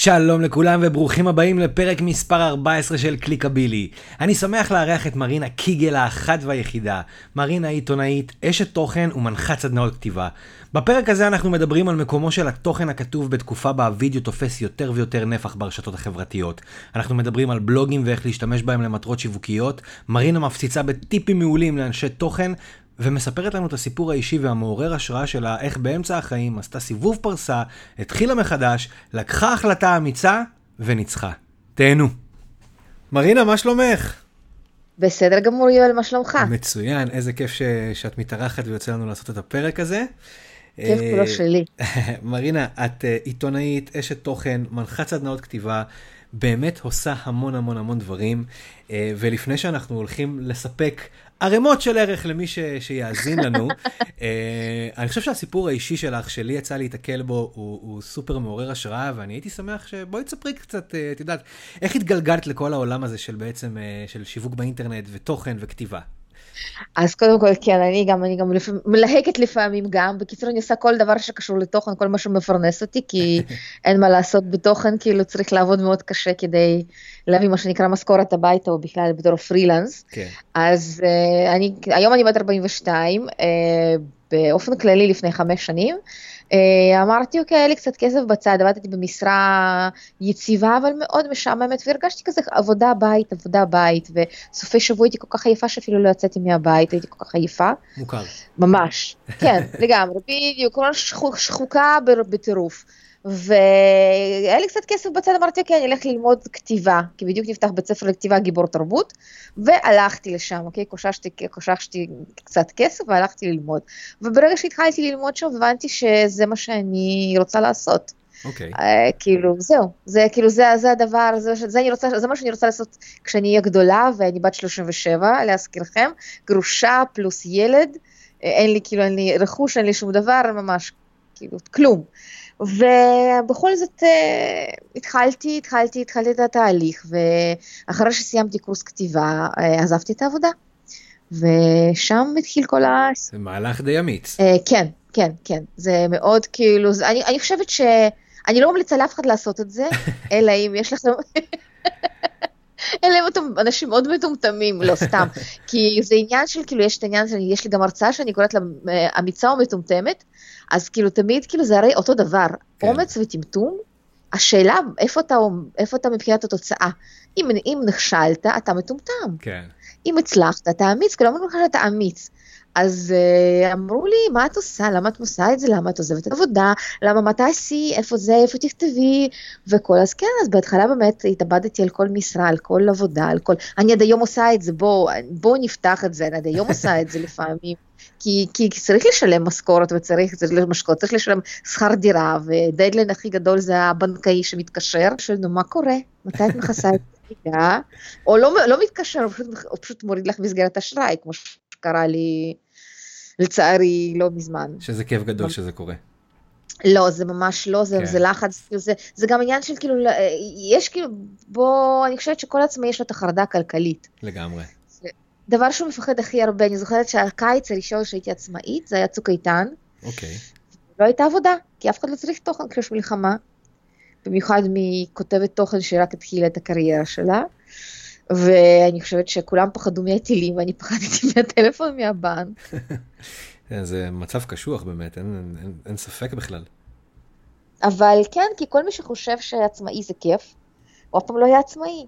שלום לכולם וברוכים הבאים לפרק מספר 14 של קליקבילי. אני שמח לארח את מרינה קיגל האחת והיחידה. מרינה היא עיתונאית, אשת תוכן ומנחת סדנאות כתיבה. בפרק הזה אנחנו מדברים על מקומו של התוכן הכתוב בתקופה בה הווידאו תופס יותר ויותר נפח ברשתות החברתיות. אנחנו מדברים על בלוגים ואיך להשתמש בהם למטרות שיווקיות. מרינה מפציצה בטיפים מעולים לאנשי תוכן, ומספרת לנו את הסיפור האישי והמעורר השראה שלה, איך באמצע החיים עשתה סיבוב פרסה, התחילה מחדש, לקחה החלטה אמיצה וניצחה. תהנו. מרינה, מה שלומך? בסדר גמור יואל, מה שלומך? מצוין, איזה כיף שאת מתארחת ויוצא לנו לעשות את הפרק הזה. כיף כולו שלי. מרינה, את עיתונאית, אשת תוכן, מנחת סדנאות כתיבה, באמת עושה המון המון המון דברים, ולפני שאנחנו הולכים לספק ערימות של ערך למי שיאזין לנו, אני חושב שהסיפור האישי שלך, שלי יצא להתקל בו, הוא סופר מעורר השראה, ואני הייתי שמח שבואי תספרי קצת, את יודעת, איך התגלגלת לכל העולם הזה של בעצם, של שיווק באינטרנט ותוכן וכתיבה? אז קודם כל, כן, אני גם מלהקת לפעמים גם, בקיצור אני עושה כל דבר שקשור לתוכן, כל מה שמפרנס אותי, כי אין מה לעשות בתוכן, כאילו צריך לעבוד מאוד קשה כדי להביא מה שנקרא משכורת הביתה, או בכלל בתור פרילנס. כן. אז היום אני בת 42, באופן כללי לפני 5 שנים, אמרתי, אוקיי, היה לי קצת כסף בצד, עבדתי במשרה יציבה, אבל מאוד משעממת, והרגשתי כזה עבודה בית, וסופי שבוע הייתי כל כך עייפה, שאפילו לא יצאתי מהבית, הייתי כל כך עייפה. מוכר. ממש, כן, לגמרי, בדיוק, כל שחוקה בטירוף. והיה לי קצת כסף בצד, אמרתי, אוקיי, אני אלך ללמוד כתיבה, כי בדיוק נפתח בית ספר לכתיבה גיבור תרבות, והלכתי לשם, אוקיי, קוששתי קצת כסף, והלכתי ללמוד. וברגע שהתחלתי ללמוד שם, הבנתי שזה מה שאני רוצה לעשות. אוקיי. כאילו, זהו, זה הדבר, זה מה שאני רוצה לעשות כשאני אהיה גדולה, ואני בת 37, להזכירכם, גרושה פלוס ילד, אין לי רכוש, אין לי שום דבר, ממש, כאילו, כלום. ובכל זאת התחלתי את התהליך, ואחרי שסיימתי קורס כתיבה, עזבתי את העבודה, ושם התחיל כל זה מהלך די אמיץ. כן, זה מאוד כאילו, אני חושבת שאני לא ממליצה לאף אחד לעשות את זה, אלא אם יש לכם, אלה הם אנשים מאוד מטומטמים, לא סתם, כי זה עניין של, כאילו יש את העניין, יש לי גם הרצאה שאני קוראת לה אמיצה או מטומטמת, אז כאילו תמיד, כאילו זה הרי אותו דבר, כן. אומץ וטמטום, השאלה איפה אתה מבחינת התוצאה, אם נכשלת, אתה מטומטם, כן. אם הצלחת, אתה אמיץ, כלומר אמרו לך שאתה אמיץ, אז אמרו לי, מה את עושה? למה את עושה את זה? למה את עוזבת את העבודה? למה מה תעשי? איפה זה? איפה תכתבי? וכל, אז כן, אז בהתחלה באמת התאבדתי על כל משרה, על כל עבודה, על כל, אני עד היום עושה את זה, בוא נפתח את זה, אני עד היום עושה את זה לפעמים, כי צריך לשלם משכורת וצריך משכורת, צריך לשלם שכר דירה, ודדליין הכי גדול זה הבנקאי שמתקשר, שואלנו, מה קורה? מתי את מכסה את זה? או לא מתקשר, הוא פשוט מוריד לך מסגרת אשראי, כמו שקרה לי, לצערי, לא מזמן. שזה כיף גדול שזה קורה. לא, זה ממש לא, זה לחץ, זה גם עניין של כאילו, יש כאילו, אני חושבת שכל עצמי יש לו את החרדה הכלכלית. לגמרי. דבר שהוא מפחד הכי הרבה, אני זוכרת שהקיץ הראשון שהייתי עצמאית, זה היה צוק איתן. אוקיי. לא הייתה עבודה, כי אף אחד לא צריך תוכן כשיש מלחמה, במיוחד מכותבת תוכן שרק התחילה את הקריירה שלה, ואני חושבת שכולם פחדו מהטילים, ואני פחדתי מהטלפון מהבנק. זה מצב קשוח באמת, אין ספק בכלל. אבל כן, כי כל מי שחושב שעצמאי זה כיף, הוא אף פעם לא היה עצמאי.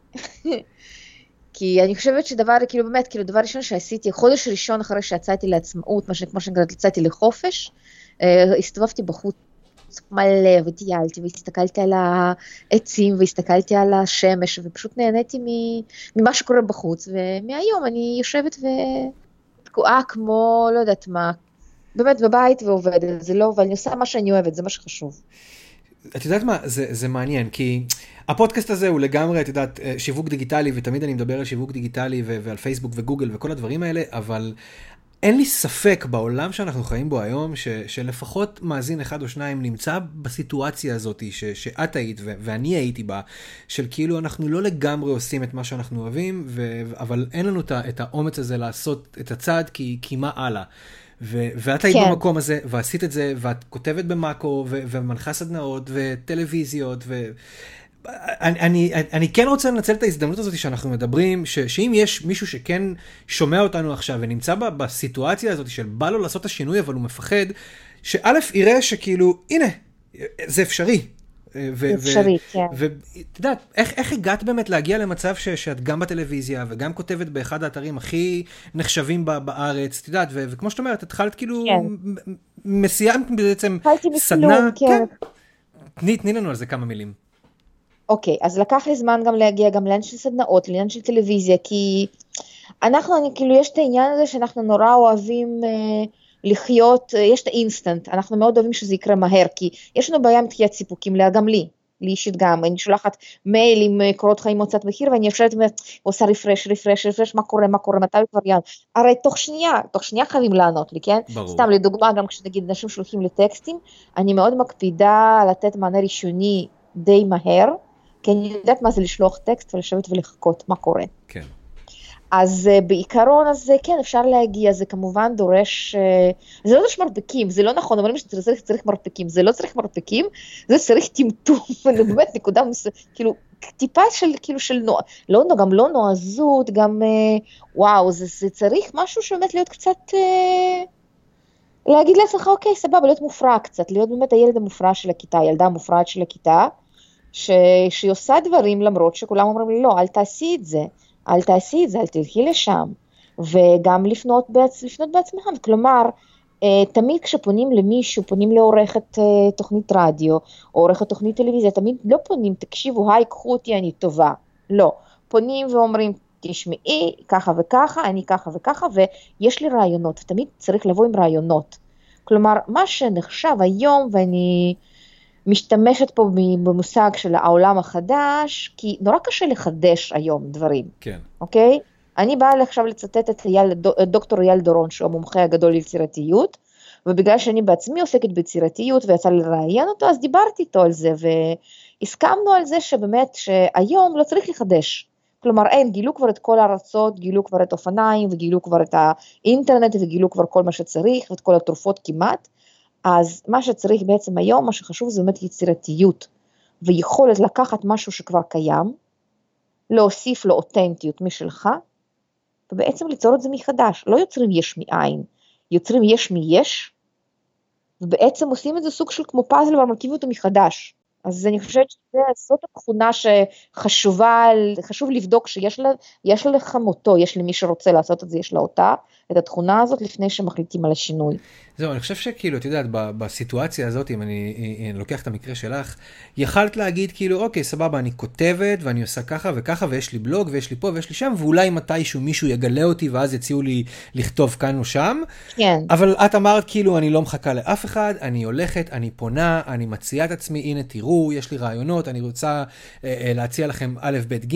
כי אני חושבת שדבר, כאילו באמת, כאילו דבר ראשון שעשיתי, חודש ראשון אחרי שיצאתי לעצמאות, כמו שנקראת, יצאתי לחופש, הסתובבתי בחוץ מלא וטיילתי, והסתכלתי על העצים, והסתכלתי על השמש, ופשוט נהניתי ממה שקורה בחוץ, ומהיום אני יושבת ותקועה כמו, לא יודעת מה, באמת בבית ועובדת, זה לא, אבל אני עושה מה שאני אוהבת, זה מה שחשוב. את יודעת מה, זה מעניין, כי הפודקאסט הזה הוא לגמרי, את יודעת, שיווק דיגיטלי, ותמיד אני מדבר על שיווק דיגיטלי ועל פייסבוק וגוגל וכל הדברים האלה, אבל אין לי ספק בעולם שאנחנו חיים בו היום, שלפחות מאזין אחד או שניים נמצא בסיטואציה הזאת שאת היית ואני הייתי בה, של כאילו אנחנו לא לגמרי עושים את מה שאנחנו אוהבים, אבל אין לנו את האומץ הזה לעשות את הצעד, כי מה הלאה? ואת היית במקום הזה, ועשית את זה, ואת כותבת במאקו, ומנחה סדנאות, וטלוויזיות, אני כן רוצה לנצל את ההזדמנות הזאת שאנחנו מדברים, שאם יש מישהו שכן שומע אותנו עכשיו ונמצא בסיטואציה הזאת של בא לו לעשות את השינוי אבל הוא מפחד, שא' יראה שכאילו, הנה, זה אפשרי. אפשרי, כן. ואת יודעת, איך הגעת באמת להגיע למצב שאת גם בטלוויזיה וגם כותבת באחד האתרים הכי נחשבים בארץ, את יודעת, וכמו שאת אומרת, התחלת כאילו, מסיימת בעצם סדנה, כן. תני לנו על זה כמה מילים. אוקיי, אז לקח לי זמן גם להגיע גם לעניין של סדנאות, לעניין של טלוויזיה, כי כאילו יש את העניין הזה שאנחנו נורא אוהבים לחיות, יש את האינסטנט, אנחנו מאוד אוהבים שזה יקרה מהר, כי יש לנו בעיה עם דחיית סיפוקים, גם לי אישית גם, אני שולחת מייל עם קורות חיים מוצאת מחיר, ואני יושבת ועושה רפרש, מה קורה, מתי הוא כבר יען, הרי תוך שנייה חייבים לענות לי, כן? ברור. סתם לדוגמה, גם כשנגיד אנשים שולחים לי טקסטים, אני מאוד מקפידה לתת מענה ראשוני די מהר, כי אני יודעת מה זה לשלוח טקסט ולשבת ולחכות מה קורה. כן. אז בעיקרון הזה, כן, אפשר להגיע, זה כמובן דורש, זה לא דורש מרפקים, זה לא נכון, אומרים שצריך מרפקים, זה לא צריך מרפקים, זה צריך טמטום, באמת נקודה, כאילו, טיפה של גם לא נועזות, גם, וואו, זה צריך משהו שבאמת להיות קצת, להגיד לעצמך, אוקיי, סבבה, להיות מופרע קצת, להיות באמת הילד המופרע של הכיתה, הילדה המופרעת של הכיתה, שהיא עושה דברים למרות שכולם אומרים לי, לא, אל תעשי את זה, אל תלכי לשם, וגם לפנות בעצמם, כלומר, תמיד כשפונים למישהו, פונים לעורכת תוכנית רדיו, או עורכת תוכנית טלוויזיה, תמיד לא פונים, תקשיבו, היי, קחו אותי, אני טובה, לא, פונים ואומרים, תשמעי, ככה וככה, אני ככה וככה, ויש לי רעיונות, ותמיד צריך לבוא עם רעיונות, כלומר, מה שנחשב היום, ואני משתמשת פה במושג של העולם החדש, כי נורא קשה לחדש היום דברים. כן. אוקיי? אני באה עכשיו לצטט את דוקטור אייל דורון, שהוא המומחה הגדול ליצירתיות, ובגלל שאני בעצמי עוסקת ביצירתיות, ויצא לי לראיין אותו, אז דיברתי איתו על זה, והסכמנו על זה שבאמת, שהיום לא צריך לחדש. כלומר, גילו כבר את כל הארצות, גילו כבר את אופניים, וגילו כבר את האינטרנט, וגילו כבר כל מה שצריך, ואת כל התרופות כמעט, אז מה שצריך בעצם היום, מה שחשוב זה באמת יצירתיות, ויכולת לקחת משהו שכבר קיים, להוסיף לו אותנטיות משלך, ובעצם ליצור את זה מחדש. לא יוצרים יש מאין, יוצרים יש מיש, ובעצם עושים את זה סוג של כמו פאזל, אבל מרכיבים אותו מחדש. אז אני חושבת שזאת התכונה שחשוב לבדוק שיש לך מותו, יש למי שרוצה לעשות את זה, יש לה אותה, את התכונה הזאת לפני שמחליטים על השינוי. זהו, אני חושב שכאילו, את יודעת, בסיטואציה הזאת, אם אני לוקח את המקרה שלך, יכלת להגיד כאילו, אוקיי, סבבה, אני כותבת ואני עושה ככה וככה, ויש לי בלוג ויש לי פה ויש לי שם, ואולי מתישהו מישהו יגלה אותי ואז יציעו לי לכתוב כאן או שם. כן. אבל את אמרת כאילו, אני לא מחכה לאף אחד, אני הולכת, אני פונה, אני מציעה את עצמי, הנה תראו, יש לי רעיונות, אני רוצה להציע לכם א', ב', ג',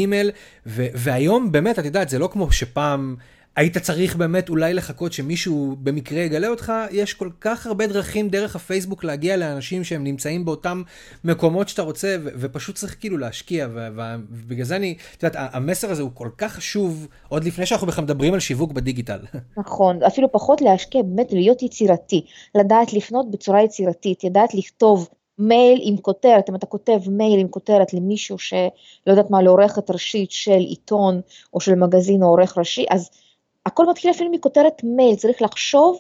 והיום באמת, את יודעת, זה לא כמו שפעם היית צריך באמת אולי לחכות שמישהו במקרה יגלה אותך, יש כל כך הרבה דרכים דרך הפייסבוק להגיע לאנשים שהם נמצאים באותם מקומות שאתה רוצה, ופשוט צריך כאילו להשקיע, ובגלל זה את יודעת, המסר הזה הוא כל כך חשוב, עוד לפני שאנחנו בכלל מדברים על שיווק בדיגיטל. נכון, אפילו פחות להשקיע, באמת להיות יצירתי, לדעת לפנות בצורה יצירתית, לדעת לכתוב מייל עם כותרת, אם אתה כותב מייל עם כותרת למישהו שלא יודעת מה, לעורכת ראשית של עיתון, או של מגזין או עורך ראשי, אז הכל מתחיל אפילו מכותרת מייל, צריך לחשוב,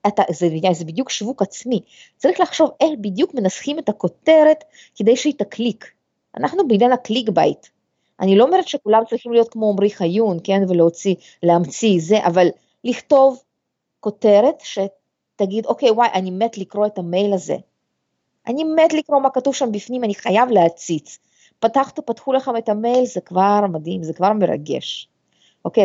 זה בדיוק שיווק עצמי, צריך לחשוב איך בדיוק מנסחים את הכותרת כדי שהיא תקליק. אנחנו בעניין הקליק בייט. אני לא אומרת שכולם צריכים להיות כמו עמרי חיון, כן, להמציא זה, אבל לכתוב כותרת שתגיד, אוקיי, וואי, אני מת לקרוא את המייל הזה. אני מת לקרוא מה כתוב שם בפנים, אני חייב להציץ. פתחו לכם את המייל, זה כבר מדהים, זה כבר מרגש. אוקיי,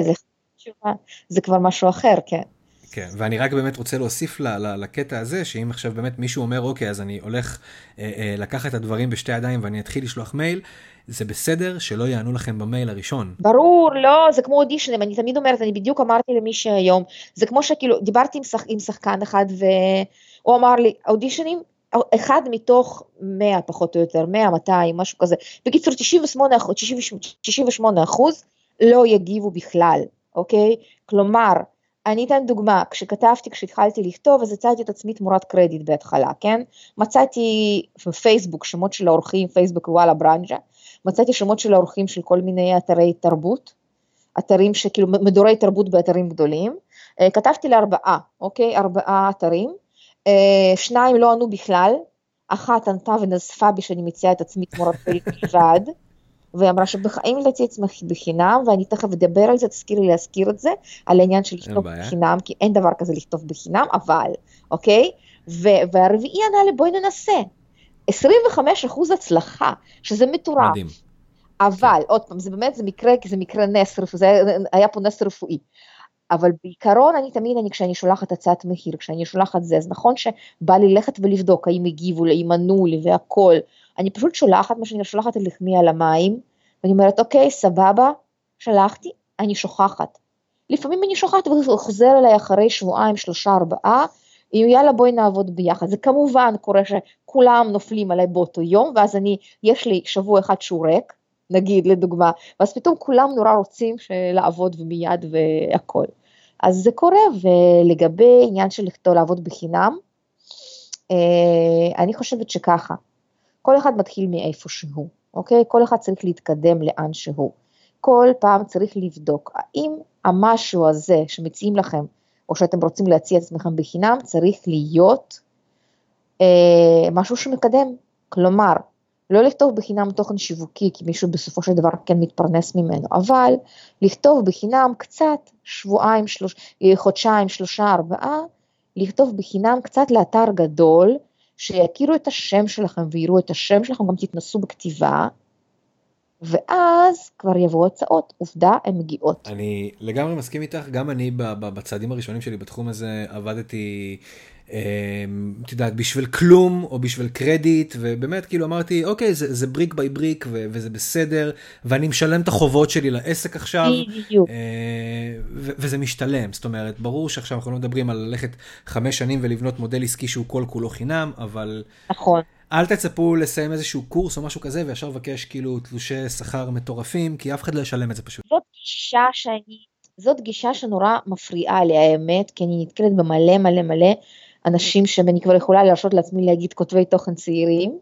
זה כבר משהו אחר, כן. כן, ואני רק באמת רוצה להוסיף לקטע הזה, שאם עכשיו באמת מישהו אומר, אוקיי, אז אני הולך לקחת את הדברים בשתי ידיים ואני אתחיל לשלוח מייל, זה בסדר שלא יענו לכם במייל הראשון. ברור, לא, זה כמו אודישנים, אני תמיד אומרת, אני בדיוק אמרתי למי שהיום, זה כמו שכאילו, דיברתי עם שחקן אחד, והוא אמר לי, אודישנים, אחד מתוך 100 פחות או יותר, 100, 200, משהו כזה, בקיצור 98% לא יגיבו בכלל, אוקיי? כלומר, אני אתן דוגמה, כשהתחלתי לכתוב, אז הצעתי את עצמי תמורת קרדיט בהתחלה, כן? מצאתי בפייסבוק שמות של האורחים, פייסבוק וואלה ברנג'ה, מצאתי שמות של האורחים של כל מיני אתרי תרבות, אתרים שכאילו מדורי תרבות באתרים גדולים, כתבתי לארבעה, אוקיי? 4 אתרים, 2 לא ענו בכלל, אחת ענתה ונזפה בי שאני מציעה את עצמי תמורת קרדיט בלבד, ואמרה שבחיים לא עצמך בחינם, ואני תכף אדבר על זה, תזכירי לי להזכיר את זה, על העניין של לכתוב בחינם, כי אין דבר כזה לכתוב בחינם, אבל, אוקיי? והרביעי ענה לי, בואי ננסה. 25% הצלחה, שזה מטורף. מדהים. אבל, עוד פעם, זה באמת, זה מקרה נס רפואי, זה היה פה נס רפואי. אבל בעיקרון, כשאני שולחת הצעת מחיר, כשאני שולחת זה, אז נכון שבא לי ללכת ולבדוק, האם הגיבו לי, האם ענו לי והכל, אני פשוט שולחת, מה שאני שולחת את לחמי על המים, ואני אומרת, אוקיי, סבבה, שלחתי, אני שוכחת. לפעמים אני שוכחת וחוזר אליי אחרי 2, 3, 4, יאללה בואי נעבוד ביחד. זה כמובן קורה שכולם נופלים עליי באותו יום, ואז יש לי שבוע אחד שהוא ריק, נגיד לדוגמה, ואז פתאום כולם נורא רוצים לעבוד ומיד והכל. אז זה קורה, ולגבי עניין של לעבוד בחינם, אני חושבת שככה, כל אחד מתחיל מאיפה שהוא, אוקיי? כל אחד צריך להתקדם לאן שהוא. כל פעם צריך לבדוק, האם המשהו הזה שמציעים לכם, או שאתם רוצים להציע את עצמכם בחינם, צריך להיות משהו שמקדם. כלומר, לא לכתוב בחינם תוכן שיווקי, כי מישהו בסופו של דבר כן מתפרנס ממנו, אבל לכתוב בחינם קצת, חודשיים, 3, 4, לכתוב בחינם קצת לאתר גדול, שיכירו את השם שלכם ויראו את השם שלכם, גם תתנסו בכתיבה, ואז כבר יבואו הצעות, עובדה, הן מגיעות. אני לגמרי מסכים איתך, גם אני בצעדים הראשונים שלי בתחום הזה עבדתי, את יודעת, בשביל כלום או בשביל קרדיט, ובאמת כאילו אמרתי, אוקיי, זה בריק ביי בריק וזה בסדר, ואני משלם את החובות שלי לעסק עכשיו, וזה משתלם, זאת אומרת, ברור שעכשיו אנחנו לא מדברים על ללכת 5 שנים ולבנות מודל עסקי שהוא כל כולו חינם, אבל... נכון. אל תצפו לסיים איזשהו קורס או משהו כזה, וישר לבקש כאילו תלושי שכר מטורפים, כי אף אחד לא ישלם את זה פשוט. זאת גישה שנורא מפריעה לי, האמת, כי אני נתקלת במלא מלא מלא אנשים שאני כבר יכולה להרשות לעצמי להגיד כותבי תוכן צעירים,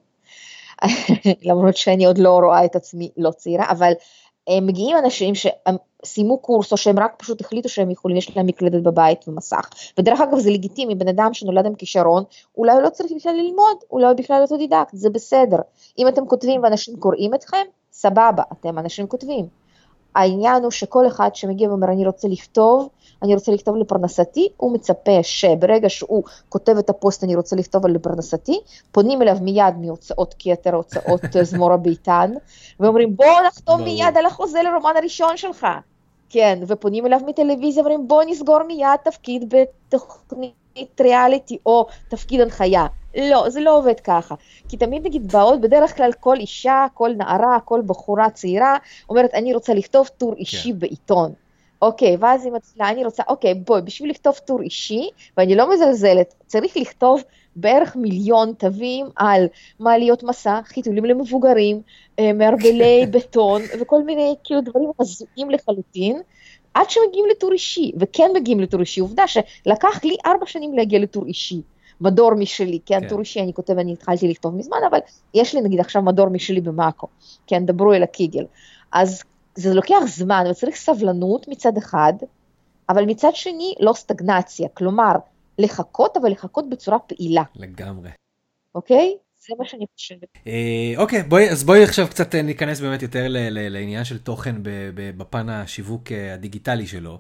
למרות שאני עוד לא רואה את עצמי לא צעירה, אבל מגיעים אנשים שסיימו קורס, או שהם רק פשוט החליטו שהם יכולים, יש להם מקלדת בבית ומסך, ודרך אגב זה לגיטימי, בן אדם שנולד עם כישרון, אולי הוא לא צריך בכלל ללמוד, אולי הוא בכלל אוטודידקט, זה בסדר, אם אתם כותבים ואנשים קוראים אתכם, סבבה, אתם אנשים כותבים, העניין הוא שכל אחד שמגיע ואומר אני רוצה לכתוב לפרנסתי, הוא מצפה שברגע שהוא כותב את הפוסט אני רוצה לכתוב לפרנסתי, פונים אליו מיד מהוצאות כתר, הוצאות זמורה ביתן, ואומרים בוא נחתום מיד על החוזה לרומן הראשון שלך, כן, ופונים אליו מטלוויזיה, ואומרים בוא נסגור מיד תפקיד בתוכנית ריאליטי או תפקיד הנחיה, לא, זה לא עובד ככה, כי תמיד נגיד באות, בדרך כלל כל אישה, כל נערה, כל בחורה צעירה, אומרת אני רוצה לכתוב טור אישי בעיתון, אוקיי, ואז היא מצלה, אני רוצה, אוקיי, בואי, בשביל לכתוב טור אישי, ואני לא מזלזלת, צריך לכתוב בערך 1,000,000 תווים על מעליות מסע, חיתולים למבוגרים, מערבלי בטון, וכל מיני כאילו דברים הזויים לחלוטין, עד שמגיעים לטור אישי, וכן מגיעים לטור אישי, עובדה שלקח לי 4 שנים להגיע לטור אישי, מדור משלי, כן, טור אישי אני כותב, אני התחלתי לכתוב מזמן, אבל יש לי נגיד עכשיו מדור משלי במאקו, כן, דברו אל הקיגל, אז זה לוקח זמן, וצריך סבלנות מצד אחד, אבל מצד שני לא סטגנציה, כלומר, לחכות, אבל לחכות בצורה פעילה. לגמרי. אוקיי? זה מה שאני חושבת. אוקיי, אז בואי עכשיו קצת ניכנס באמת יותר לעניין של תוכן בפן השיווק הדיגיטלי שלו.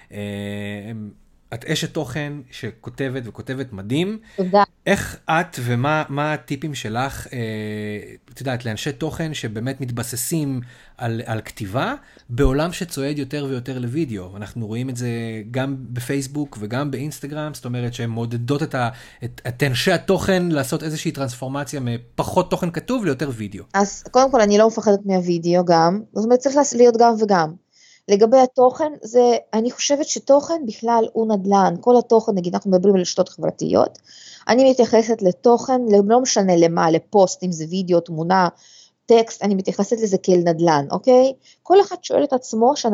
את אשת תוכן שכותבת וכותבת מדהים. תודה. איך את ומה הטיפים שלך, את יודעת, לאנשי תוכן שבאמת מתבססים על כתיבה, בעולם שצועד יותר ויותר לוידאו. אנחנו רואים את זה גם בפייסבוק וגם באינסטגרם, זאת אומרת שהן מעודדות את אנשי התוכן לעשות איזושהי טרנספורמציה מפחות תוכן כתוב ליותר וידאו. אז קודם כל אני לא מפחדת מהוידאו גם, זאת אומרת צריך להיות גם וגם. לגבי התוכן, אני חושבת שתוכן בכלל הוא נדל"ן, כל התוכן, נגיד אנחנו מדברים על רשתות חברתיות, אני מתייחסת לתוכן, לא משנה למה, לפוסט, אם זה וידאו, תמונה, טקסט, אני מתייחסת לזה כאל נדל"ן, אוקיי? כל אחד שואל את עצמו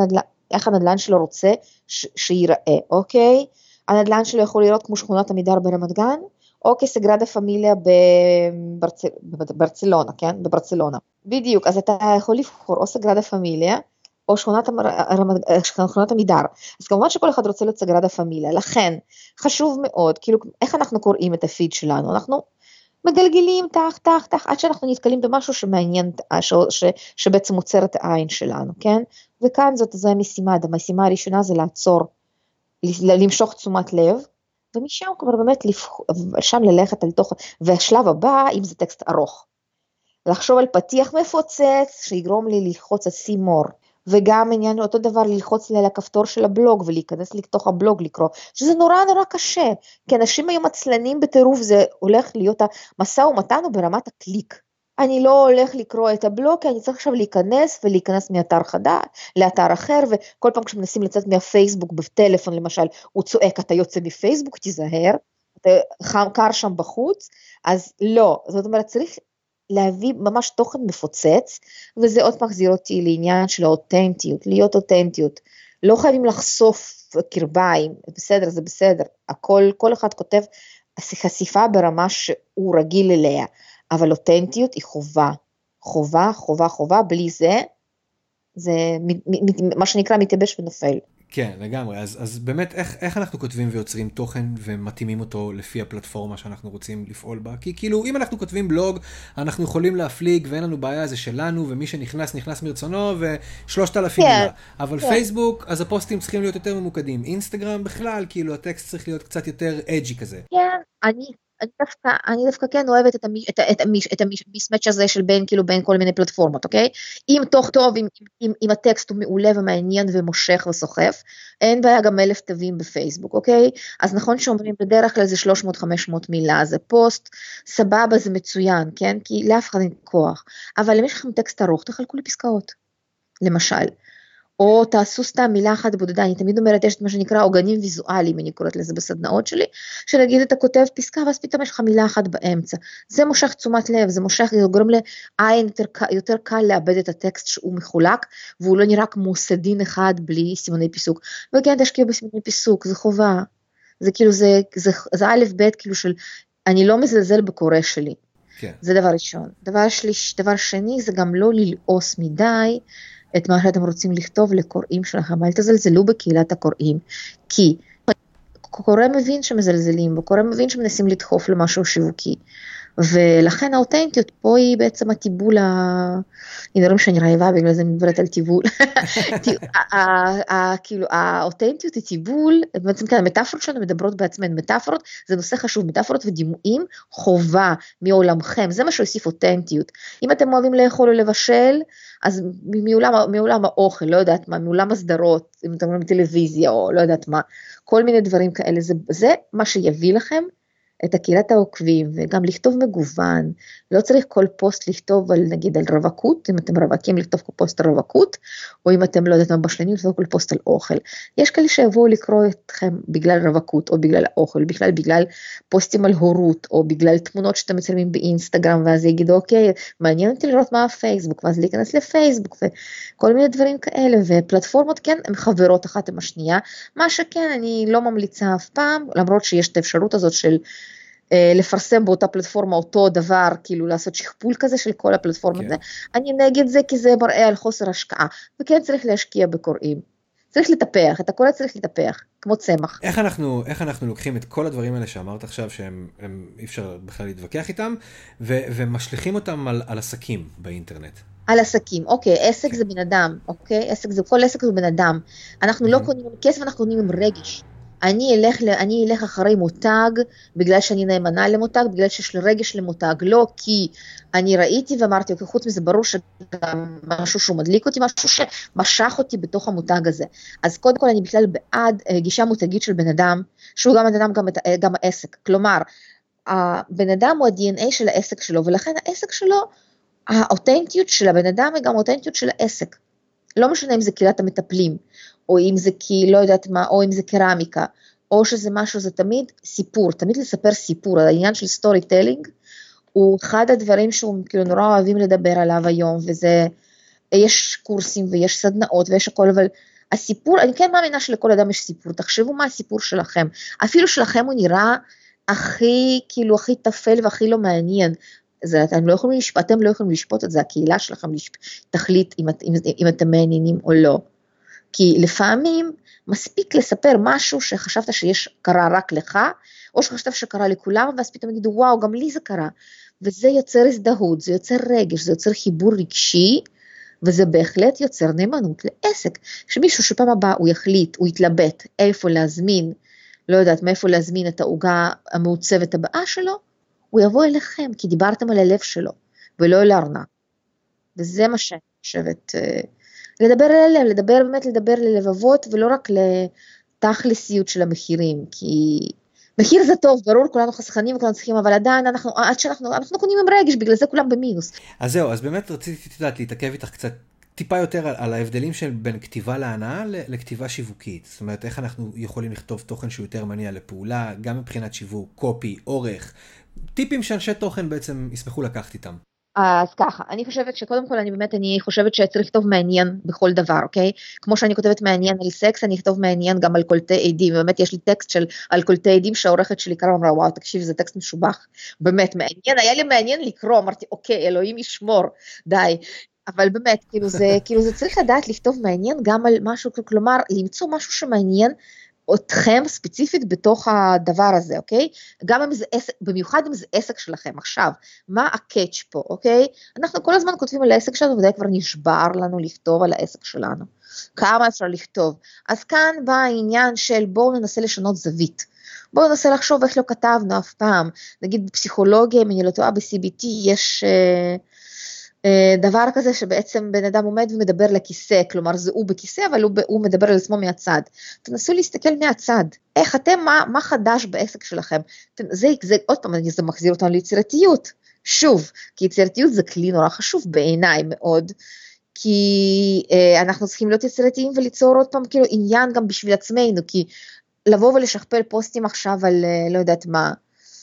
איך הנדל"ן שלו רוצה שיראה, אוקיי? הנדל"ן שלו יכול לראות כמו שכונת עמידר ברמת גן, או כסגרדה פמיליה בברצלונה, כן? בברצלונה. בדיוק, אז אתה יכול לבחור או סגרדה פמיליה, או שכונת עמידר. אז כמובן שכל אחד רוצה להיות סגרדה פמיליה, לכן חשוב מאוד, כאילו איך אנחנו קוראים את הפיד שלנו, אנחנו מגלגלים תח, עד שאנחנו נתקלים במשהו שמעניין, שבעצם מוצר את העין שלנו, כן? וכאן זו המשימה הראשונה זה לעצור, למשוך תשומת לב, ומשם כבר באמת שם ללכת על תוך, והשלב הבא, אם זה טקסט ארוך, לחשוב על פתיח מפוצץ, שיגרום לי ללחוץ על see more, וגם עניין אותו דבר ללחוץ לי על הכפתור של הבלוג, ולהיכנס לתוך הבלוג לקרוא, שזה נורא קשה, כי אנשים היום עצלנים בטירוף, זה הולך להיות המשא ומתן ברמת הקליק, אני לא הולך לקרוא את הבלוג, כי אני צריך עכשיו להיכנס מאתר חדש, לאתר אחר, וכל פעם כשמנסים לצאת מהפייסבוק בטלפון למשל, הוא צועק, אתה יוצא מפייסבוק, תיזהר, אתה קר שם בחוץ, אז לא, זאת אומרת, צריך להביא ממש תוכן מפוצץ, וזה עוד מחזיר אותי לעניין של האותנטיות, להיות אותנטיות, לא חייבים לחשוף קרביים, בסדר, זה בסדר, כל אחד כותב חשיפה ברמה שהוא רגיל אליה, אבל אותנטיות היא חובה, בלי זה מה שנקרא מתייבש ונופל. כן, לגמרי. אז באמת, איך אנחנו כותבים ויוצרים תוכן ומתאימים אותו לפי הפלטפורמה שאנחנו רוצים לפעול בה? כי כאילו, אם אנחנו כותבים בלוג, אנחנו יכולים להפליג ואין לנו בעיה, זה שלנו, ומי שנכנס מרצונו, ו3,000 מילה. אבל פייסבוק, אז הפוסטים צריכים להיות יותר ממוקדים. אינסטגרם בכלל, כאילו, הטקסט צריך להיות קצת יותר אג'י כזה. כן, אני דווקא כן אוהבת את המשמץ' הזה של בין כל מיני פלטפורמות, אוקיי? אם תוך טוב, אם הטקסט הוא מעולה ומעניין ומושך וסוחף, אין בעיה גם 1,000 תווים בפייסבוק, אוקיי? אז נכון שאומרים בדרך כלל זה 300-500 מילה, זה פוסט, סבבה זה מצוין, כן? כי לאף אחד אין כוח, אבל אם יש לכם טקסט ארוך, תחלקו לפסקאות, למשל. או תעשו סתם מילה אחת בודדה, אני תמיד אומרת, יש את מה שנקרא עוגנים ויזואליים, אני קוראת לזה בסדנאות שלי, שנגיד אתה כותב פסקה, ואז פתאום יש לך מילה אחת באמצע, זה מושך תשומת לב, זה גורם לעין יותר קל לאבד את הטקסט שהוא מחולק, והוא לא נראה כמו סדין אחד בלי סימני פיסוק, וכן תשקיע בסימני פיסוק, זה חובה, זה כאילו, זה א' ב' כאילו של, אני לא מזלזל בקורא שלי, כן. זה דבר ראשון, דבר שני, זה גם לא ללעוס מדי, את מה שאתם רוצים לכתוב לקוראים שלכם, אל תזלזלו בקהילת הקוראים, כי קורא מבין שמזלזלים, וקורא מבין שמנסים לדחוף למשהו שיווקי, ולכן האותנטיות פה היא בעצם הטיבול, אני רואים שאני רעיבה, בגלל זה מדברת על טיבול, כאילו האותנטיות היא טיבול, בעצם כאן המטאפורות שלנו מדברות בעצמן, מטאפורות זה נושא חשוב, מטאפורות ודימויים חובה מעולמכם, זה מה שהוסיף אותנטיות, אם אתם אוהבים לאכול או לבשל, אז מעולם האוכל, לא יודעת מה, מעולם הסדרות, אם אתם רואים טלוויזיה או לא יודעת מה, כל מיני דברים כאלה, זה מה שיביא לכם את הקהילת העוקבים, וגם לכתוב מגוון, לא צריך כל פוסט לכתוב על, נגיד, על רווקות, אם אתם רווקים לכתוב כל פוסט על רווקות, או אם אתם לא יודעת בשלנים, לכתוב כל פוסט על אוכל. יש כאלה שיבואו לקרוא אתכם בגלל רווקות, או בגלל האוכל, בגלל פוסטים על הורות, או בגלל תמונות שאתם מצלמים באינסטגרם, ואז יגידו, אוקיי, מעניין אותי לראות מה הפייסבוק, ואז להיכנס לפייסבוק, וכל מיני דברים כאלה, ופלטפורמות, כן, הן חברות אחת עם השנייה, מה שכן, אני לא ממליצה אף פעם, למרות שיש את האפשרות הזאת של לפרסם באותה פלטפורמה אותו דבר, כאילו לעשות שכפול כזה של כל הפלטפורמות, כן. אני נגד זה, כי זה מראה על חוסר השקעה, וכן צריך להשקיע בקוראים, צריך לטפח, את הקורא צריך לטפח, כמו צמח. איך אנחנו לוקחים את כל הדברים האלה שאמרת עכשיו, שהם אי אפשר בכלל להתווכח איתם, ומשליכים אותם על עסקים באינטרנט? על עסקים, אוקיי, עסק זה בן אדם, אוקיי, כל עסק זה בן אדם, אנחנו לא קונים עם כסף, אנחנו קונים עם רגש, אני אלך אחרי מותג, בגלל שאני נאמנה למותג, בגלל שיש לי רגש למותג, לא כי אני ראיתי ואמרתי, אוקיי, חוץ מזה ברור שגם משהו שהוא מדליק אותי, משהו שמשך אותי בתוך המותג הזה. אז קודם כל אני בכלל בעד גישה מותגית של בן אדם, שהוא גם בן אדם, גם העסק. כלומר, הבן אדם הוא ה-DNA של העסק שלו, ולכן העסק שלו, האותנטיות של הבן אדם היא גם האותנטיות של העסק. לא משנה אם זה קהילת המטפלים, או אם זה לא יודעת מה, או אם זה קרמיקה, או שזה משהו, זה תמיד סיפור, תמיד לספר סיפור, העניין של סטורי טלינג, הוא אחד הדברים שהוא כאילו נורא אוהבים לדבר עליו היום, וזה, יש קורסים ויש סדנאות ויש הכל, אבל הסיפור, אני כן מאמינה שלכל אדם יש סיפור, תחשבו מה הסיפור שלכם, אפילו שלכם הוא נראה הכי, כאילו הכי תפל והכי לא מעניין, אתם לא יכולים לשפוט את זה, הקהילה שלכם תחליט אם אתם מעניינים או לא, כי לפעמים מספיק לספר משהו שחשבת קרה רק לך, או שחשבת שקרה לכולם, ואז פתאום יגידו, וואו, גם לי זה קרה, וזה יוצר הזדהות, זה יוצר רגש, זה יוצר חיבור רגשי, וזה בהחלט יוצר נאמנות לעסק, שמישהו שפעם הבא הוא יחליט, הוא יתלבט איפה להזמין, לא יודעת מאיפה להזמין את העוגה המעוצבת הבאה שלו, הוא יבוא אליכם, כי דיברתם על הלב שלו, ולא אל הארנק. וזה מה שאני חושבת, לדבר על הלב, לדבר ללבבות, ולא רק לתכלסיות של המחירים, כי מחיר זה טוב, ברור, כולנו חסכנים וכולנו צריכים, אבל עדיין אנחנו קונים עם רגש, בגלל זה כולם במינוס. אז זהו, אז באמת רציתי להתעכב איתך קצת, טיפה יותר על ההבדלים של בין כתיבה להנאה לכתיבה שיווקית. זאת אומרת, איך אנחנו יכולים לכתוב תוכן שהוא יותר מניע לפעולה, גם מבחינת שיווק, קופי, אורך, טיפים שאנשי תוכן בעצם ישמחו לקחת איתם. אז ככה, אני חושבת שקודם כל, אני חושבת שצריך לכתוב מעניין בכל דבר, אוקיי? כמו שאני כותבת מעניין על סקס, אני אכתוב מעניין גם על קולטי עדים, באמת יש לי טקסט על קולטי עדים שהעורכת שלי קראה, אמרה, וואו, תקשיב, זה טקסט משובח, באמת מעניין, היה לי מעניין לקרוא, אמרתי, אוקיי, אלוהים ישמור, די, אבל באמת, כאילו זה צריך לדעת לכתוב מעניין גם על משהו, כלומר, למצוא משהו שמעניין, אתכם ספציפית בתוך הדבר הזה, אוקיי? גם אם זה עסק, במיוחד אם זה עסק שלכם. עכשיו, מה הקאץ' פה, אוקיי? אנחנו כל הזמן כותבים על העסק שלנו, ודי כבר נשבר לנו לכתוב על העסק שלנו. כמה אפשר לכתוב? אז כאן בא העניין של בואו ננסה לשנות זווית. בואו ננסה לחשוב איך לא כתבנו אף פעם. נגיד בפסיכולוגיה, אם אני לא טועה, ב-CBT יש דבר כזה שבעצם בן אדם עומד ומדבר לכיסא, כלומר זה הוא בכיסא, אבל הוא מדבר על עצמו מהצד. תנסו להסתכל מהצד, איך אתם, מה חדש בעסק שלכם? זה עוד פעם, זה מחזיר אותנו ליצירתיות, שוב, כי יצירתיות זה כלי נורא חשוב בעיניי מאוד, כי אנחנו צריכים להיות יצירתיים וליצור עוד פעם כאילו עניין גם בשביל עצמנו, כי לבוא ולשכפל פוסטים עכשיו על לא יודעת מה,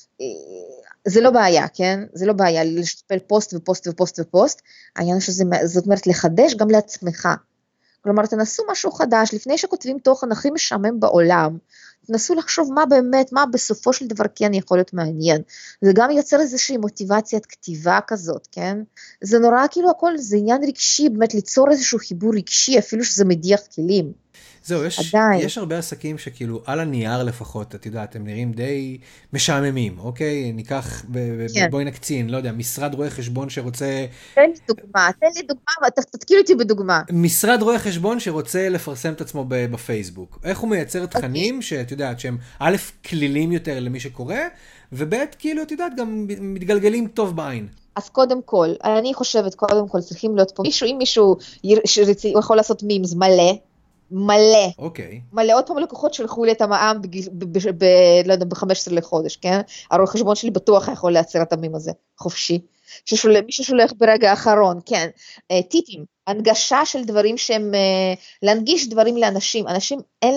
זה לא בעיה, כן? זה לא בעיה לשכפל פוסט ופוסט ופוסט ופוסט, העניין זאת אומרת לחדש גם לעצמך, כלומר תנסו משהו חדש, לפני שכותבים תוכן הכי משעמם בעולם, תנסו לחשוב מה באמת, מה בסופו של דבר כן יכול להיות מעניין, זה גם יוצר איזושהי מוטיבציית כתיבה כזאת, כן? זה נורא כאילו הכל, זה עניין רגשי, באמת ליצור איזשהו חיבור רגשי, אפילו שזה מדיח כלים. זהו, יש הרבה עסקים שכאילו על הנייר לפחות, את יודעת, הם נראים די משעממים, אוקיי? ניקח, בואי נקצין, לא יודע, משרד רואה חשבון שרוצה... תן לי דוגמה, תתקיל אותי בדוגמה. משרד רואה חשבון שרוצה לפרסם את עצמו בפייסבוק. איך הוא מייצר תכנים שאת יודעת, שהם א', כלילים יותר למי שקורא, וב', כאילו, את יודעת, גם מתגלגלים טוב בעין. אז קודם כל, אני חושבת, קודם כל, צריכים להיות פה מישהו, אם מישהו יכול לעשות מימס מלא, אוקיי. מלא, עוד פעם לקוחות שלחו לי את המע"מ לא יודע, ב-15 לחודש, כן? הרואה חשבון שלי בטוח יכול לייצר את המים הזה, חופשי. מי ששולח ברגע האחרון, כן. טיפים, הנגשה של דברים שהם, להנגיש דברים לאנשים, אנשים אין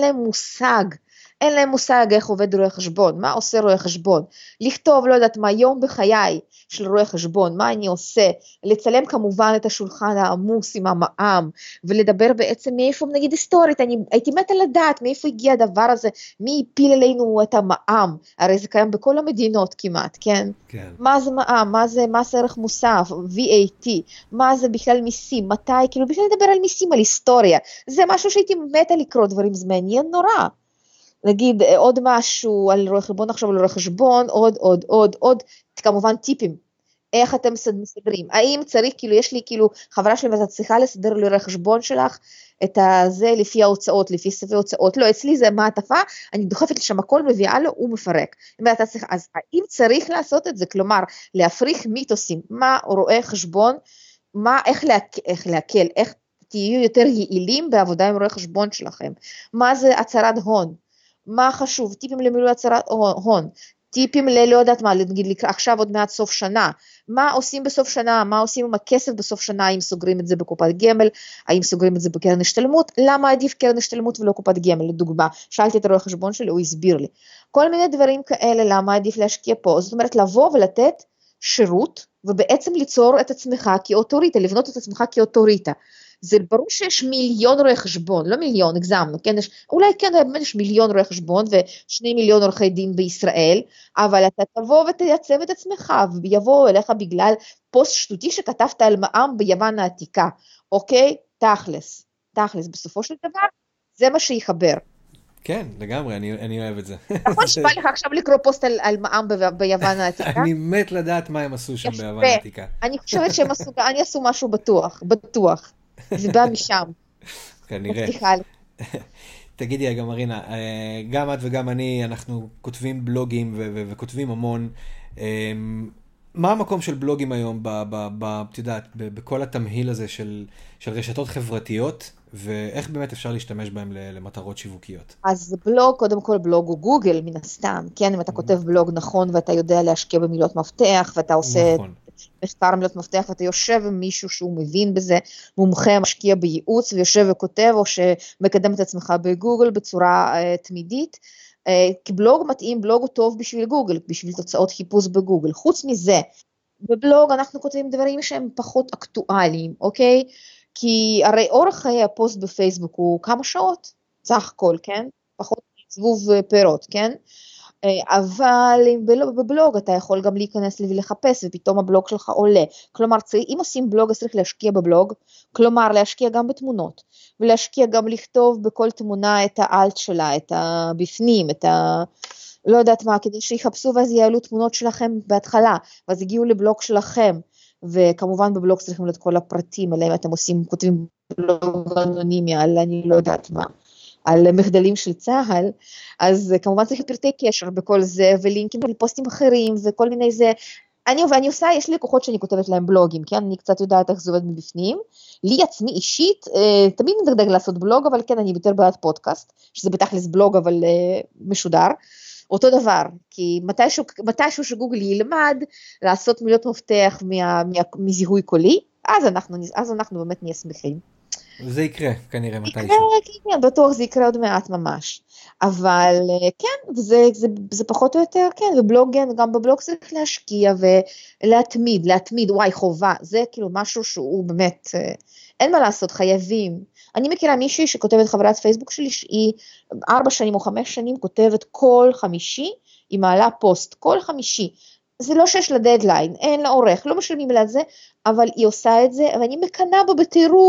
להם מושג איך עובד רואה חשבון, מה עושה רואה חשבון, לכתוב, לא יודעת מה, יום בחיי של רואה חשבון, מה אני עושה, לצלם כמובן את השולחן העמוס עם המע"מ, ולדבר בעצם מאיפה, נגיד היסטורית, אני הייתי מתה לדעת מאיפה הגיע הדבר הזה, מי הפיל עלינו את המע"מ, הרי זה קיים בכל המדינות כמעט, כן? כן. מה זה מע"מ, מה זה מס ערך מוסף, VAT, מה זה בכלל מיסים, מתי, כאילו בכלל לדבר על מיסים, על היסטוריה, זה משהו שהייתי מתה לקרוא דברים, זה מעניין נורא. נגיד עוד משהו על רואה חשבון, עכשיו על רואה חשבון, עוד, כמובן טיפים, איך אתם מסדרים, האם צריך, כאילו יש לי כאילו חברה שלי, ואת צריכה לסדר לרואה חשבון שלך, את זה לפי ההוצאות, לפי ספי הוצאות, לא, אצלי זה מעטפה, אני דוחפת לשם הכל, מביאה לו, הוא מפרק, אז האם צריך לעשות את זה, כלומר, להפריך מיתוסים, מה רואה חשבון, איך להקל, איך תהיו יותר יעילים בעבודה עם רואה חשבון שלכם, מה זה הצהרת הון, מה חשוב, טיפים למילוי הצהרת הון, טיפים לא יודעת מה, נגיד עכשיו עוד מעט סוף שנה, מה עושים בסוף שנה, מה עושים עם הכסף בסוף שנה, האם סוגרים את זה בקופת גמל, האם סוגרים את זה בקרן השתלמות, למה עדיף קרן השתלמות ולא קופת גמל, לדוגמה, שאלתי את הרואה חשבון שלי, הוא הסביר לי, כל מיני דברים כאלה, למה עדיף להשקיע פה, זאת אומרת לבוא ולתת שירות, ובעצם ליצור את עצמך כאוטוריטה, לבנות את עצמך כאוטוריטה, זה ברור שיש מיליון רואי חשבון, לא מיליון, הגזמנו, כן, אולי כן, באמת יש מיליון רואי חשבון ו2 מיליון עורכי דין בישראל, אבל אתה תבוא ותייצב את עצמך, ויבואו אליך בגלל פוסט שטותי שכתבת על מע"מ ביוון העתיקה, אוקיי? תכלס, בסופו של דבר, זה מה שיחבר. כן, לגמרי, אני אוהב את זה. נכון שבא לך עכשיו לקרוא פוסט על מע"מ ביוון העתיקה? אני מת לדעת מה הם עשו שם ביוון העתיקה. אני חושבת שהם עשו משהו בטוח. זה בא משם. כנראה. תגידי רגע מרינה, גם את וגם אני, אנחנו כותבים בלוגים וכותבים המון. מה המקום של בלוגים היום, את יודעת, בכל התמהיל הזה של רשתות חברתיות, ואיך באמת אפשר להשתמש בהם למטרות שיווקיות? אז בלוג, קודם כל בלוג הוא גוגל מן הסתם, כן, אם אתה כותב בלוג נכון, ואתה יודע להשקיע במילות מפתח, ואתה עושה מחקר מילות מפתח, ואתה יושב עם מישהו שהוא מבין בזה, מומחה משקיע בייעוץ, ויושב וכותב, או שמקדם את עצמך בגוגל בצורה תמידית, כי בלוג מתאים, בלוג הוא טוב בשביל גוגל, בשביל תוצאות חיפוש בגוגל. חוץ מזה, בבלוג אנחנו כותבים דברים שהם פחות אקטואליים, אוקיי? כי הרי אורך חיי הפוסט בפייסבוק הוא כמה שעות, סך הכל, כן? פחות זבוב פירות, כן? אבל בבלוג אתה יכול גם להיכנס ולחפש, ופתאום הבלוג שלך עולה. כלומר, אם עושים בלוג, אז צריך להשקיע בבלוג, כלומר, להשקיע גם בתמונות, ולהשקיע גם לכתוב בכל תמונה את האלט שלה, את הבפנים, את לא יודעת מה, כדי שיחפשו ואז יעלו תמונות שלכם בהתחלה, ואז הגיעו לבלוג שלכם, וכמובן בבלוג צריכים להיות כל הפרטים, עליהם אתם כותבים בלוג אנונימי, על אני לא יודעת מה. על מחדלים של צהל, אז כמובן צריך פרטי קשר בכל זה, ולינקים לפוסטים אחרים, וכל מיני זה, ואני עושה, יש לי לקוחות שאני כותבת להם בלוגים, כן, אני קצת יודעת איך זה עובד מבפנים, לי עצמי אישית, תמיד מדגדג לעשות בלוג, אבל כן, אני יותר בעד פודקאסט, שזה בתכלס בלוג, אבל משודר, אותו דבר, כי מתישהו שגוגל ילמד, לעשות מילות מפתח מזיהוי קולי, אז אנחנו באמת נהיה שמחים. זה יקרה, כנראה מתישהו. כן, בטוח זה יקרה עוד מעט ממש. אבל כן, זה פחות או יותר, כן, גם בבלוג צריך להשקיע ולהתמיד, וואי, חובה. זה כאילו משהו שהוא באמת, אין מה לעשות, חייבים. אני מכירה מישהי שכותבת חברת פייסבוק שלי, שהיא 4 שנים או 5 שנים כותבת כל חמישי, היא מעלה פוסט, כל חמישי. זה לא שיש לה דדליין, אין לה עורך, לא משלמים לה את זה, אבל היא עושה את זה, ואני מקנה בו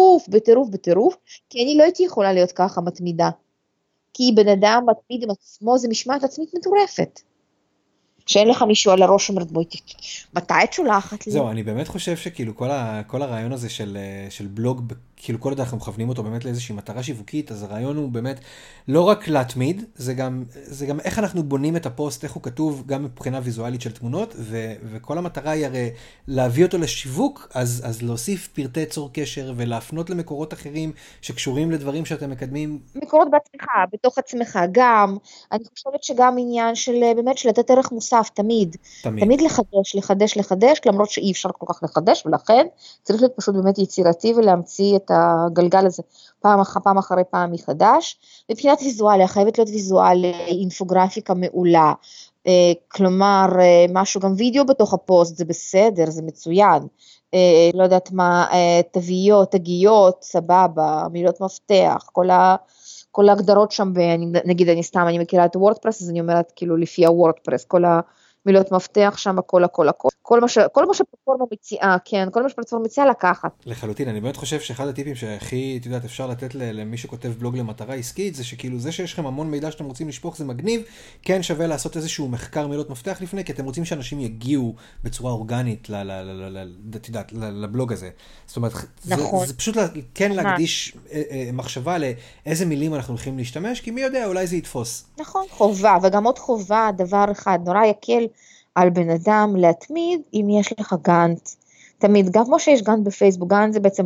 בטירוף, כי אני לא הייתי יכולה להיות ככה מתמידה. כי בן אדם מתמיד עם עצמו, זה משמעת עצמית מטורפת. שאין לך מישהו על הראש אומרת, בואי, מתי את שולחת לי? זהו, אני באמת חושב שכאילו כל הרעיון הזה של בלוג, כאילו כל עוד אנחנו מכוונים אותו באמת לאיזושהי מטרה שיווקית, אז הרעיון הוא באמת לא רק להתמיד, זה גם איך אנחנו בונים את הפוסט, איך הוא כתוב גם מבחינה ויזואלית של תמונות, וכל המטרה היא הרי להביא אותו לשיווק, אז להוסיף פרטי צור קשר ולהפנות למקורות אחרים שקשורים לדברים שאתם מקדמים. מקורות בעצמך, בתוך עצמך, גם, אני חושבת שגם עניין של באמת של לתת ערך מוסף, תמיד לחדש, למרות שאי אפשר כל כך לחדש, ולכן צריך להיות פשוט באמת יצירתי ולהמציא את הגלגל הזה פעם אחרי פעם מחדש. מבחינת ויזואליה, חייבת להיות אינפוגרפיקה מעולה, כלומר משהו, גם וידאו בתוך הפוסט, זה בסדר, זה מצוין, לא יודעת מה, תגיות, סבבה, מילות מפתח, כל ההגדרות שם, נגיד אני מכירה את וורדפרס, אז אני אומרת כאילו לפי הוורדפרס, כל מילות מפתח שם, כל מה שפלטפורמה מציעה, כן, כל מה שפלטפורמה מציעה לקחת. לחלוטין, אני באמת חושב שאחד הטיפים שהכי, את יודעת, אפשר לתת למי שכותב בלוג למטרה עסקית, זה שכאילו זה שיש לכם המון מידע שאתם רוצים לשפוך, זה מגניב, כן שווה לעשות איזשהו מחקר מילות מפתח לפני, כי אתם רוצים שאנשים יגיעו בצורה אורגנית, את יודעת, לבלוג הזה. זאת אומרת, זה פשוט כן להקדיש מחשבה לאיזה מילים אנחנו הולכים להשתמש, כי מי יודע, אולי זה יתפוס. נכון, חובה, וגם עוד חובה, דבר אחד, נורא יקל על בן אדם להתמיד, אם יש לך גאנט, תמיד, גם כמו שיש גאנט בפייסבוק, גאנט זה בעצם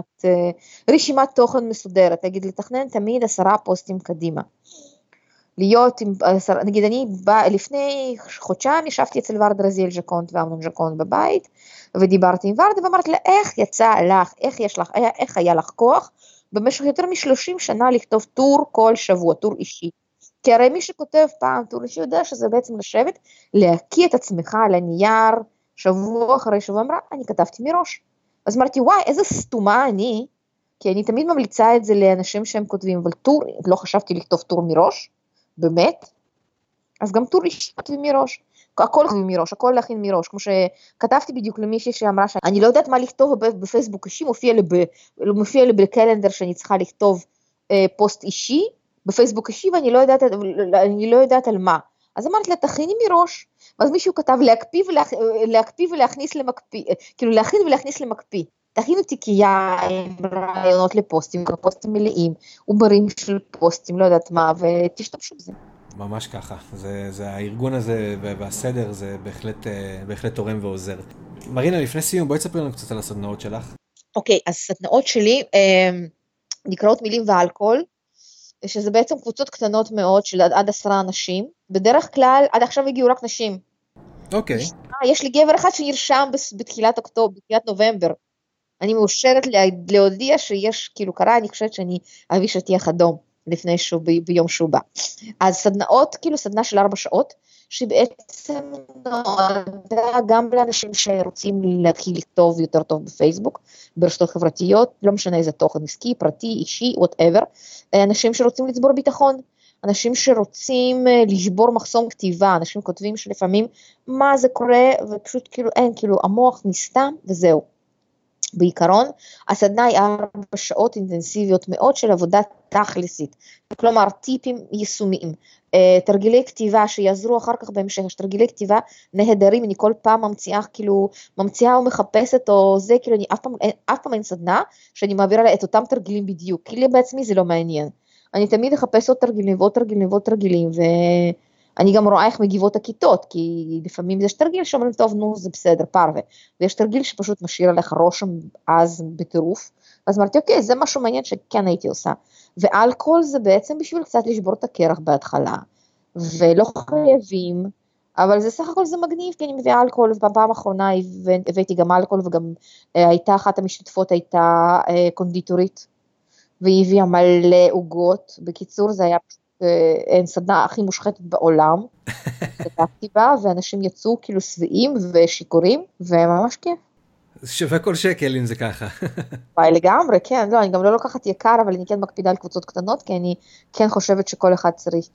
רשימת תוכן מסודרת, נגיד לתכנן תמיד 10 פוסטים קדימה, להיות עם 10, נגיד אני לפני חודשיים ישבתי אצל ורדה רזיאל ז'קונט ואמנון ז'קונט בבית, ודיברתי עם ורדה ואמרתי לה, איך יצא לך, איך היה לך כוח, במשך יותר מ-30 שנה לכתוב טור כל שבוע, טור אישי, כי הרי מי שכותב פעם טור אישי יודע שזה בעצם לשבת, להקיא את עצמך על הנייר, שבוע אחרי שבוע, אמרה, אני כתבתי מראש. אז אמרתי, וואי, איזה סתומה אני, כי אני תמיד ממליצה את זה לאנשים שהם כותבים, אבל טור, לא חשבתי לכתוב טור מראש, באמת, אז גם טור אישי כותבים מראש, הכל כותבים מראש, הכל להכין מראש, כמו שכתבתי בדיוק למישהי שאמרה שאני לא יודעת מה לכתוב בפייסבוק אישי, מופיע לי בקלנדר שאני צריכה לכתוב פוסט אישי, בפייסבוק אישי, ואני לא יודעת על מה, אז אמרתי לה, תכיני מראש, ואז מישהו כתב להקפיא ולהכניס למקפיא, כאילו להכין ולהכניס למקפיא, תכינו תיקייה עם רעיונות לפוסטים, פוסטים מלאים, עוברים של פוסטים, לא יודעת מה, ותשתמשו בזה. ממש ככה, זה הארגון הזה והסדר, זה בהחלט תורם ועוזר. מרינה, לפני סיום, בואי תספר לנו קצת על הסדנאות שלך. אוקיי, אז הסדנאות שלי נקראות מילים ואלכוהול, שזה בעצם קבוצות קטנות מאוד של עד 10 אנשים, בדרך כלל עד עכשיו הגיעו רק נשים. אוקיי. יש לי גבר אחד שנרשם בתחילת נובמבר, אני מאושרת להודיע שיש, כאילו קרה, אני חושבת שאני אביא שטיח אדום לפני ביום שהוא בא. אז סדנאות, כאילו סדנה של 4 שעות, שבעצם נועדה גם לאנשים שרוצים להתחיל לכתוב יותר טוב בפייסבוק, ברשתות חברתיות, לא משנה איזה תוכן עסקי, פרטי, אישי, whatever, אנשים שרוצים לצבור ביטחון, אנשים שרוצים לשבור מחסום כתיבה, אנשים כותבים שלפעמים מה זה קורה, ופשוט כאילו אין, כאילו המוח נסתם וזהו. בעיקרון, הסדנה היא 4 שעות אינטנסיביות מאוד של עבודה תכלסית, כלומר טיפים יישומיים, תרגילי כתיבה שיעזרו אחר כך בהמשך, יש תרגילי כתיבה נהדרים, אני כל פעם ממציאה או מחפשת או זה, כאילו אני אף פעם אין סדנה שאני מעבירה לה את אותם תרגילים בדיוק, כי לי בעצמי זה לא מעניין, אני תמיד אחפש עוד תרגילים ועוד תרגילים ועוד תרגילים, אני גם רואה איך מגיבות הכיתות, כי לפעמים יש תרגיל שאומרים, טוב, נו, זה בסדר, פרווה, ויש תרגיל שפשוט משאיר עליך רושם אז בטירוף, אז אמרתי, אוקיי, זה משהו מעניין שכן הייתי עושה, ואלכוהול זה בעצם בשביל קצת לשבור את הקרח בהתחלה, ולא חייבים, אבל זה סך הכל זה מגניב, כי אני מביאה אלכוהול, ובפעם האחרונה הבאתי גם אלכוהול, וגם הייתה אחת המשתתפות, הייתה קונדיטורית, והיא הביאה מלא עוגות, בקיצור זה היה אין סדנה הכי מושחתת בעולם, שתקתי בה, ואנשים יצאו כאילו שבעים ושיקורים, וממש כיף. שווה כל שקל אם זה ככה. וואי לגמרי, כן, לא, אני גם לא לוקחת יקר, אבל אני כן מקפידה על קבוצות קטנות, כי אני כן חושבת שכל אחד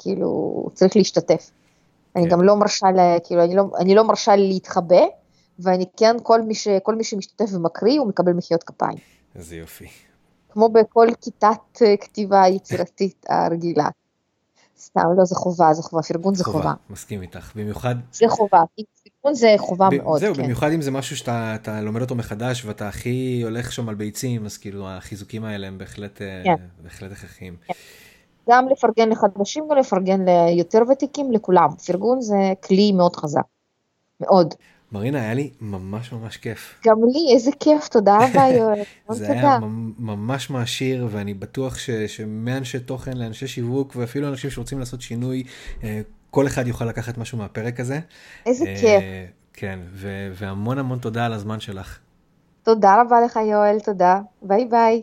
צריך להשתתף. אני גם לא מרשה, כאילו, אני לא מרשה להתחבא, ואני כן, כל מי שמשתתף ומקריא, הוא מקבל מחיאות כפיים. איזה יופי. כמו בכל כיתת כתיבה יצירתית הרגילה. סתם, לא, זה חובה, פרגון זה חובה. מסכים איתך, במיוחד... זה חובה, פרגון זה חובה מאוד, זהו, במיוחד אם זה משהו שאתה לומד אותו מחדש, ואתה הכי הולך שם על ביצים, אז כאילו החיזוקים האלה הם בהחלט הכרחיים. גם לפרגן לחדשים, גם לפרגן ליותר ותיקים, לכולם. פרגון זה כלי מאוד חזק, מאוד. מרינה, היה לי ממש ממש כיף. גם לי, איזה כיף, תודה רבה יואל. זה היה ממש מעשיר, ואני בטוח שמאנשי תוכן לאנשי שיווק, ואפילו אנשים שרוצים לעשות שינוי, כל אחד יוכל לקחת משהו מהפרק הזה. איזה כיף. כן, והמון המון תודה על הזמן שלך. תודה רבה לך יואל, תודה. ביי ביי.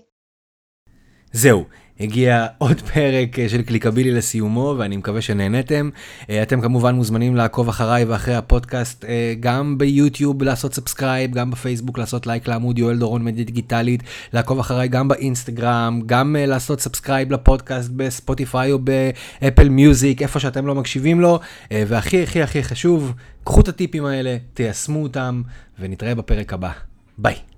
זהו. הגיע עוד פרק של קליקבילי לסיומו, ואני מקווה שנהנתם. אתם כמובן מוזמנים לעקוב אחריי ואחרי הפודקאסט, גם ביוטיוב לעשות סאבסקרייב, גם בפייסבוק לעשות לייק לעמוד יואל דורון מדיה דיגיטלית, לעקוב אחריי גם באינסטגרם, גם לעשות סאבסקרייב לפודקאסט בספוטיפיי או באפל מיוזיק, איפה שאתם לא מקשיבים לו, והכי הכי הכי חשוב, קחו את הטיפים האלה, תיישמו אותם, ונתראה בפרק הבא. ביי.